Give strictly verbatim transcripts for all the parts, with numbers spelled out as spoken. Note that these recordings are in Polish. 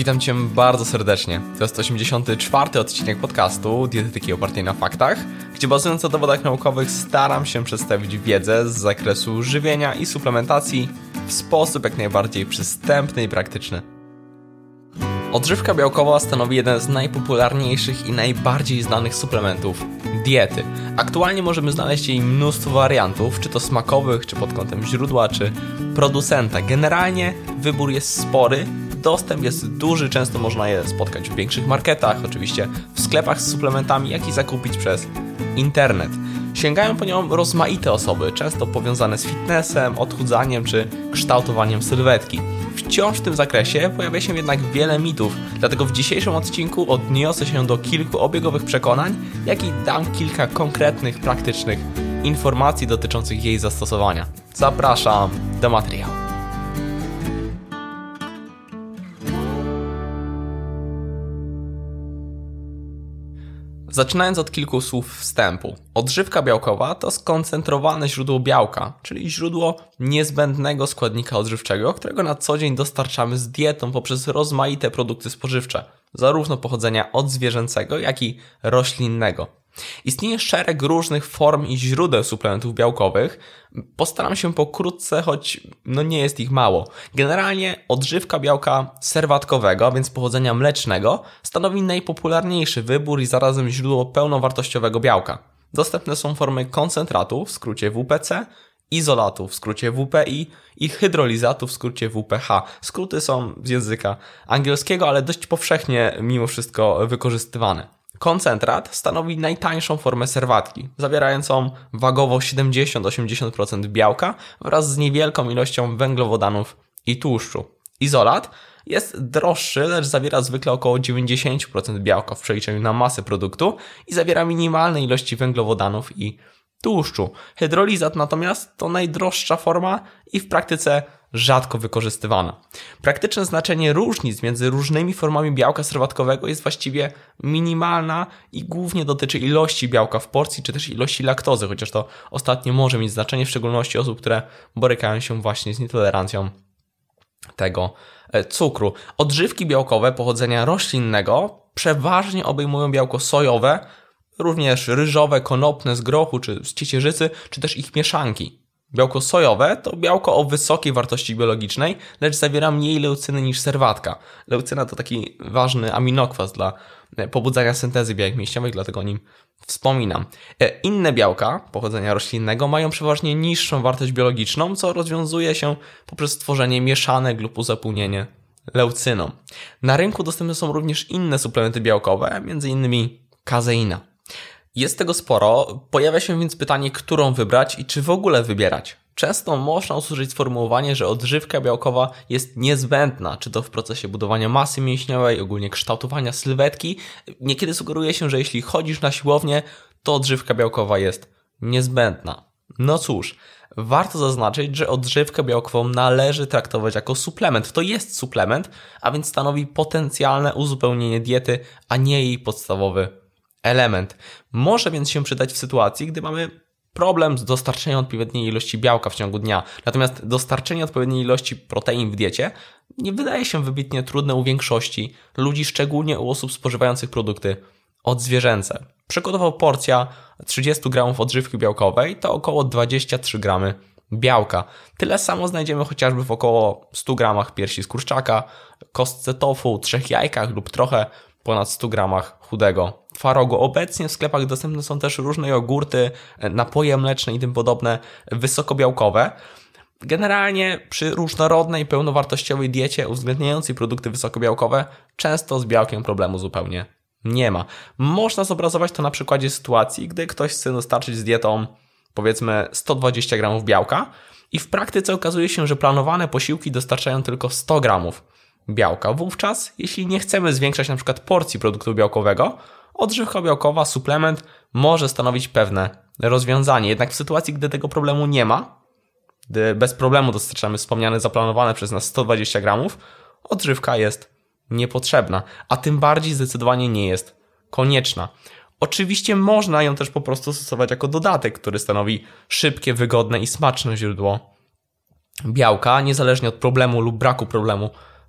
Witam Cię bardzo serdecznie. To jest osiemdziesiąty czwarty odcinek podcastu Dietetyki opartej na faktach, gdzie bazując na dowodach naukowych staram się przedstawić wiedzę z zakresu żywienia i suplementacji w sposób jak najbardziej przystępny i praktyczny. Odżywka białkowa stanowi jeden z najpopularniejszych i najbardziej znanych suplementów diety. Aktualnie możemy znaleźć jej mnóstwo wariantów, czy to smakowych, czy pod kątem źródła, czy producenta. Generalnie wybór jest spory, dostęp jest duży, często można je spotkać w większych marketach, oczywiście w sklepach z suplementami, jak i zakupić przez internet. Sięgają po nią rozmaite osoby, często powiązane z fitnessem, odchudzaniem czy kształtowaniem sylwetki. Wciąż w tym zakresie pojawia się jednak wiele mitów, dlatego w dzisiejszym odcinku odniosę się do kilku obiegowych przekonań, jak i dam kilka konkretnych, praktycznych informacji dotyczących jej zastosowania. Zapraszam do materiału. Zaczynając od kilku słów wstępu. Odżywka białkowa to skoncentrowane źródło białka, czyli źródło niezbędnego składnika odżywczego, którego na co dzień dostarczamy z dietą poprzez rozmaite produkty spożywcze, zarówno pochodzenia odzwierzęcego, jak i roślinnego. Istnieje szereg różnych form i źródeł suplementów białkowych. Postaram się pokrótce, choć no nie jest ich mało. Generalnie odżywka białka serwatkowego, a więc pochodzenia mlecznego, stanowi najpopularniejszy wybór i zarazem źródło pełnowartościowego białka. Dostępne są formy koncentratu, w skrócie W P C, izolatu, w skrócie W P I i hydrolizatu, w skrócie W P H. Skróty są z języka angielskiego, ale dość powszechnie mimo wszystko wykorzystywane. Koncentrat stanowi najtańszą formę serwatki, zawierającą wagowo siedemdziesiąt do osiemdziesięciu procent białka wraz z niewielką ilością węglowodanów i tłuszczu. Izolat jest droższy, lecz zawiera zwykle około dziewięćdziesiąt procent białka w przeliczeniu na masę produktu i zawiera minimalne ilości węglowodanów i tłuszczu. Hydrolizat natomiast to najdroższa forma i w praktyce rzadko wykorzystywana. Praktyczne znaczenie różnic między różnymi formami białka serwatkowego jest właściwie minimalna i głównie dotyczy ilości białka w porcji, czy też ilości laktozy, chociaż to ostatnie może mieć znaczenie, w szczególności osób, które borykają się właśnie z nietolerancją tego cukru. Odżywki białkowe pochodzenia roślinnego przeważnie obejmują białko sojowe, również ryżowe, konopne z grochu czy z ciecierzycy, czy też ich mieszanki. Białko sojowe to białko o wysokiej wartości biologicznej, lecz zawiera mniej leucyny niż serwatka. Leucyna to taki ważny aminokwas dla pobudzania syntezy białek mięśniowych, dlatego o nim wspominam. Inne białka pochodzenia roślinnego mają przeważnie niższą wartość biologiczną, co rozwiązuje się poprzez stworzenie mieszanek lub uzupełnienie leucyną. Na rynku dostępne są również inne suplementy białkowe, m.in. kazeina. Jest tego sporo, pojawia się więc pytanie, którą wybrać i czy w ogóle wybierać. Często można usłyszeć sformułowanie, że odżywka białkowa jest niezbędna, czy to w procesie budowania masy mięśniowej, ogólnie kształtowania sylwetki. Niekiedy sugeruje się, że jeśli chodzisz na siłownię, to odżywka białkowa jest niezbędna. No cóż, warto zaznaczyć, że odżywkę białkową należy traktować jako suplement. To jest suplement, a więc stanowi potencjalne uzupełnienie diety, a nie jej podstawowy element. Może więc się przydać w sytuacji, gdy mamy problem z dostarczeniem odpowiedniej ilości białka w ciągu dnia. Natomiast dostarczenie odpowiedniej ilości protein w diecie nie wydaje się wybitnie trudne u większości ludzi, szczególnie u osób spożywających produkty odzwierzęce. Przykładowo porcja trzydzieści gramów odżywki białkowej to około dwadzieścia trzy gramy białka. Tyle samo znajdziemy chociażby w około stu gramach piersi z kurczaka, kostce tofu, trzech jajkach lub trochę ponad stu gramach chudego twarogu. Obecnie w sklepach dostępne są też różne jogurty, napoje mleczne i tym podobne wysokobiałkowe. Generalnie przy różnorodnej, pełnowartościowej diecie uwzględniającej produkty wysokobiałkowe często z białkiem problemu zupełnie nie ma. Można zobrazować to na przykładzie sytuacji, gdy ktoś chce dostarczyć z dietą powiedzmy sto dwadzieścia gramów białka i w praktyce okazuje się, że planowane posiłki dostarczają tylko sto gramów białka. Wówczas, jeśli nie chcemy zwiększać na przykład porcji produktu białkowego, odżywka białkowa, suplement może stanowić pewne rozwiązanie. Jednak w sytuacji, gdy tego problemu nie ma, gdy bez problemu dostarczamy wspomniane, zaplanowane przez nas sto dwadzieścia gramów, odżywka jest niepotrzebna, a tym bardziej zdecydowanie nie jest konieczna. Oczywiście można ją też po prostu stosować jako dodatek, który stanowi szybkie, wygodne i smaczne źródło białka, niezależnie od problemu lub braku problemu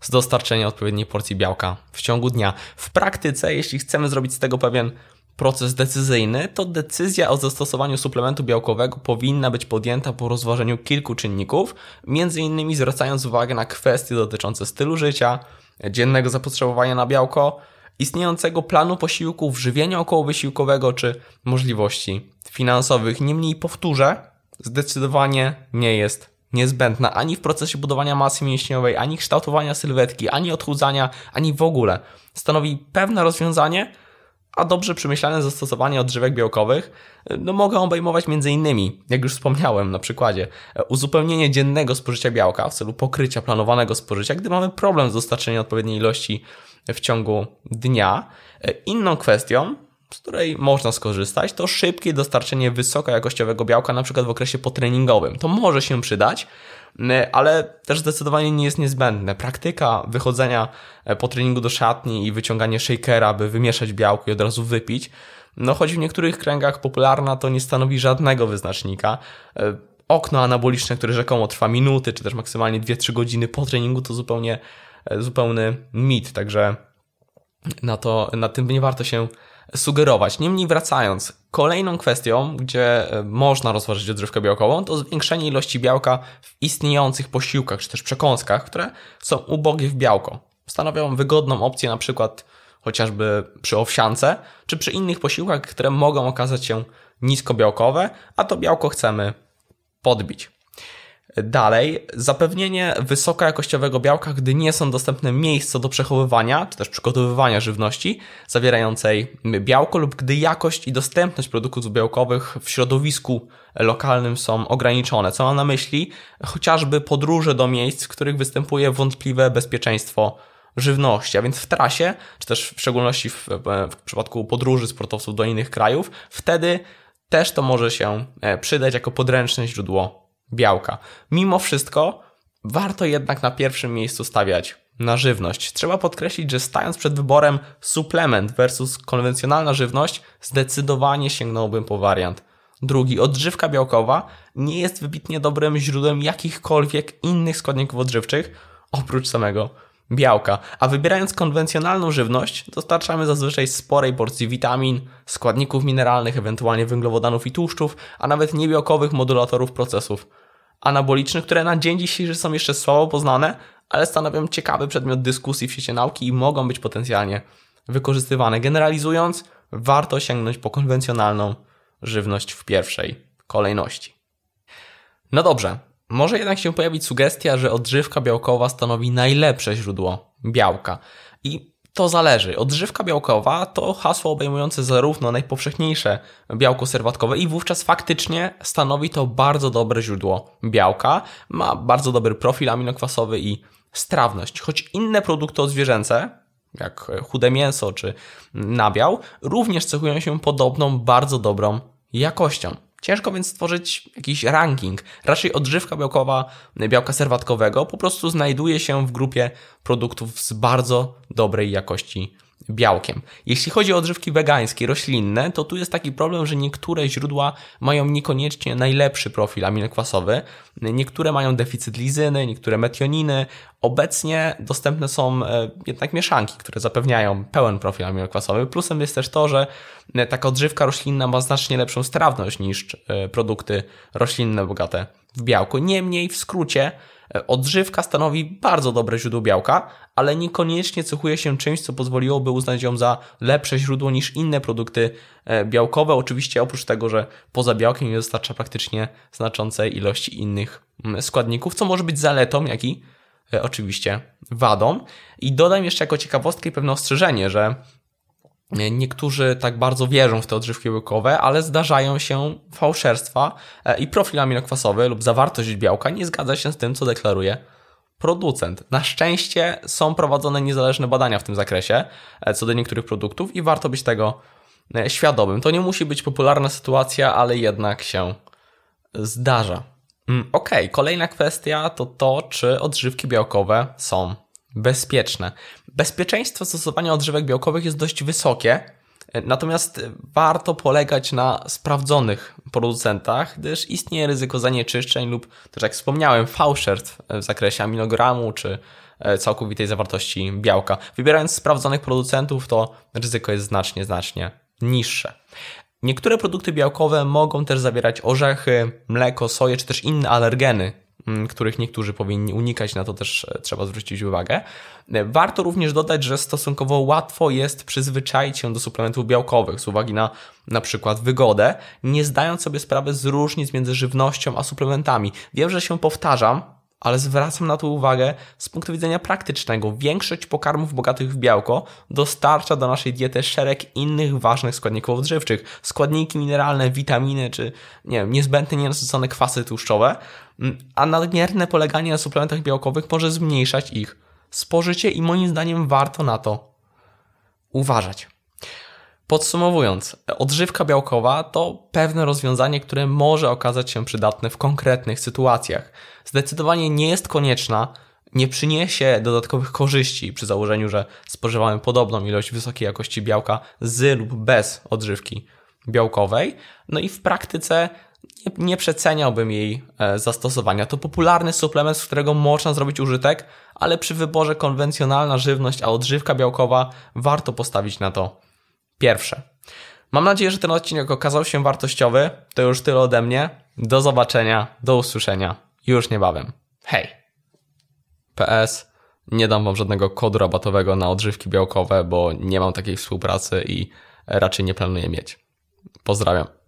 z dostarczenia odpowiedniej porcji białka w ciągu dnia. W praktyce, jeśli chcemy zrobić z tego pewien proces decyzyjny, to decyzja o zastosowaniu suplementu białkowego powinna być podjęta po rozważeniu kilku czynników, między innymi zwracając uwagę na kwestie dotyczące stylu życia, dziennego zapotrzebowania na białko, istniejącego planu posiłków, żywienia okołowysiłkowego czy możliwości finansowych. Niemniej powtórzę, zdecydowanie nie jest niezbędna ani w procesie budowania masy mięśniowej, ani kształtowania sylwetki, ani odchudzania, ani w ogóle. Stanowi pewne rozwiązanie, a dobrze przemyślane zastosowanie odżywek białkowych no, mogą obejmować m.in., jak już wspomniałem na przykładzie, uzupełnienie dziennego spożycia białka w celu pokrycia planowanego spożycia, gdy mamy problem z dostarczeniem odpowiedniej ilości w ciągu dnia. Inną kwestią, z której można skorzystać, to szybkie dostarczenie wysokojakościowego białka, na przykład w okresie potreningowym. To może się przydać, ale też zdecydowanie nie jest niezbędne. Praktyka wychodzenia po treningu do szatni i wyciąganie shakera, by wymieszać białko i od razu wypić, no choć w niektórych kręgach popularna, to nie stanowi żadnego wyznacznika. Okno anaboliczne, które rzekomo trwa minuty, czy też maksymalnie dwie trzy godziny po treningu, to zupełnie zupełny mit, także na to, na tym nie warto się sugerować. Niemniej wracając, kolejną kwestią, gdzie można rozważyć odżywkę białkową, to zwiększenie ilości białka w istniejących posiłkach, czy też przekąskach, które są ubogie w białko. Stanowią wygodną opcję na przykład chociażby przy owsiance, czy przy innych posiłkach, które mogą okazać się niskobiałkowe, a to białko chcemy podbić. Dalej, zapewnienie wysokojakościowego białka, gdy nie są dostępne miejsca do przechowywania, czy też przygotowywania żywności zawierającej białko lub gdy jakość i dostępność produktów białkowych w środowisku lokalnym są ograniczone. Co mam na myśli? Chociażby podróże do miejsc, w których występuje wątpliwe bezpieczeństwo żywności, a więc w trasie, czy też w szczególności w, w przypadku podróży sportowców do innych krajów, wtedy też to może się przydać jako podręczne źródło białka. Mimo wszystko warto jednak na pierwszym miejscu stawiać na żywność. Trzeba podkreślić, że stając przed wyborem suplement versus konwencjonalna żywność, zdecydowanie sięgnąłbym po wariant drugi. Odżywka białkowa nie jest wybitnie dobrym źródłem jakichkolwiek innych składników odżywczych oprócz samego białka, a wybierając konwencjonalną żywność dostarczamy zazwyczaj sporej porcji witamin, składników mineralnych, ewentualnie węglowodanów i tłuszczów, a nawet niebiałkowych modulatorów procesów anabolicznych, które na dzień dzisiejszy są jeszcze słabo poznane, ale stanowią ciekawy przedmiot dyskusji w świecie nauki i mogą być potencjalnie wykorzystywane. Generalizując, warto sięgnąć po konwencjonalną żywność w pierwszej kolejności. No dobrze, może jednak się pojawić sugestia, że odżywka białkowa stanowi najlepsze źródło białka. I to zależy. Odżywka białkowa to hasło obejmujące zarówno najpowszechniejsze białko serwatkowe i wówczas faktycznie stanowi to bardzo dobre źródło białka. Ma bardzo dobry profil aminokwasowy i strawność. Choć inne produkty odzwierzęce, jak chude mięso czy nabiał, również cechują się podobną, bardzo dobrą jakością. Ciężko więc stworzyć jakiś ranking. Raczej odżywka białkowa białka serwatkowego po prostu znajduje się w grupie produktów z bardzo dobrej jakości białkiem. Jeśli chodzi o odżywki wegańskie, roślinne, to tu jest taki problem, że niektóre źródła mają niekoniecznie najlepszy profil aminokwasowy. Niektóre mają deficyt lizyny, niektóre metioniny. Obecnie dostępne są jednak mieszanki, które zapewniają pełen profil aminokwasowy. Plusem jest też to, że taka odżywka roślinna ma znacznie lepszą strawność niż produkty roślinne bogate w białko. Niemniej, w skrócie, odżywka stanowi bardzo dobre źródło białka, ale niekoniecznie cechuje się czymś, co pozwoliłoby uznać ją za lepsze źródło niż inne produkty białkowe. Oczywiście oprócz tego, że poza białkiem nie dostarcza praktycznie znaczącej ilości innych składników, co może być zaletą, jak i oczywiście wadą. I dodam jeszcze jako ciekawostkę i pewne ostrzeżenie, że niektórzy tak bardzo wierzą w te odżywki białkowe, ale zdarzają się fałszerstwa i profil aminokwasowy lub zawartość białka nie zgadza się z tym, co deklaruje producent. Na szczęście są prowadzone niezależne badania w tym zakresie co do niektórych produktów i warto być tego świadomym. To nie musi być popularna sytuacja, ale jednak się zdarza. Ok, kolejna kwestia to to, czy odżywki białkowe są bezpieczne. Bezpieczeństwo stosowania odżywek białkowych jest dość wysokie, natomiast warto polegać na sprawdzonych producentach, gdyż istnieje ryzyko zanieczyszczeń lub też, jak wspomniałem, fałszerstw w zakresie aminogramu czy całkowitej zawartości białka. Wybierając sprawdzonych producentów, to ryzyko jest znacznie, znacznie niższe. Niektóre produkty białkowe mogą też zawierać orzechy, mleko, soję czy też inne alergeny, których niektórzy powinni unikać, na to też trzeba zwrócić uwagę. Warto również dodać, że stosunkowo łatwo jest przyzwyczaić się do suplementów białkowych z uwagi na na przykład wygodę, nie zdając sobie sprawy z różnic między żywnością a suplementami. Wiem, że się powtarzam, ale zwracam na to uwagę z punktu widzenia praktycznego. Większość pokarmów bogatych w białko dostarcza do naszej diety szereg innych ważnych składników odżywczych. Składniki mineralne, witaminy czy nie wiem, niezbędne nienasycone kwasy tłuszczowe, a nadmierne poleganie na suplementach białkowych może zmniejszać ich spożycie i moim zdaniem warto na to uważać. Podsumowując, odżywka białkowa to pewne rozwiązanie, które może okazać się przydatne w konkretnych sytuacjach. Zdecydowanie nie jest konieczna, nie przyniesie dodatkowych korzyści przy założeniu, że spożywamy podobną ilość wysokiej jakości białka z lub bez odżywki białkowej. No i w praktyce nie, nie przeceniałbym jej zastosowania. To popularny suplement, z którego można zrobić użytek, ale przy wyborze konwencjonalna żywność, a odżywka białkowa warto postawić na to pierwsze. Mam nadzieję, że ten odcinek okazał się wartościowy. To już tyle ode mnie. Do zobaczenia, do usłyszenia już niebawem. Hej! P S. Nie dam wam żadnego kodu rabatowego na odżywki białkowe, bo nie mam takiej współpracy i raczej nie planuję mieć. Pozdrawiam.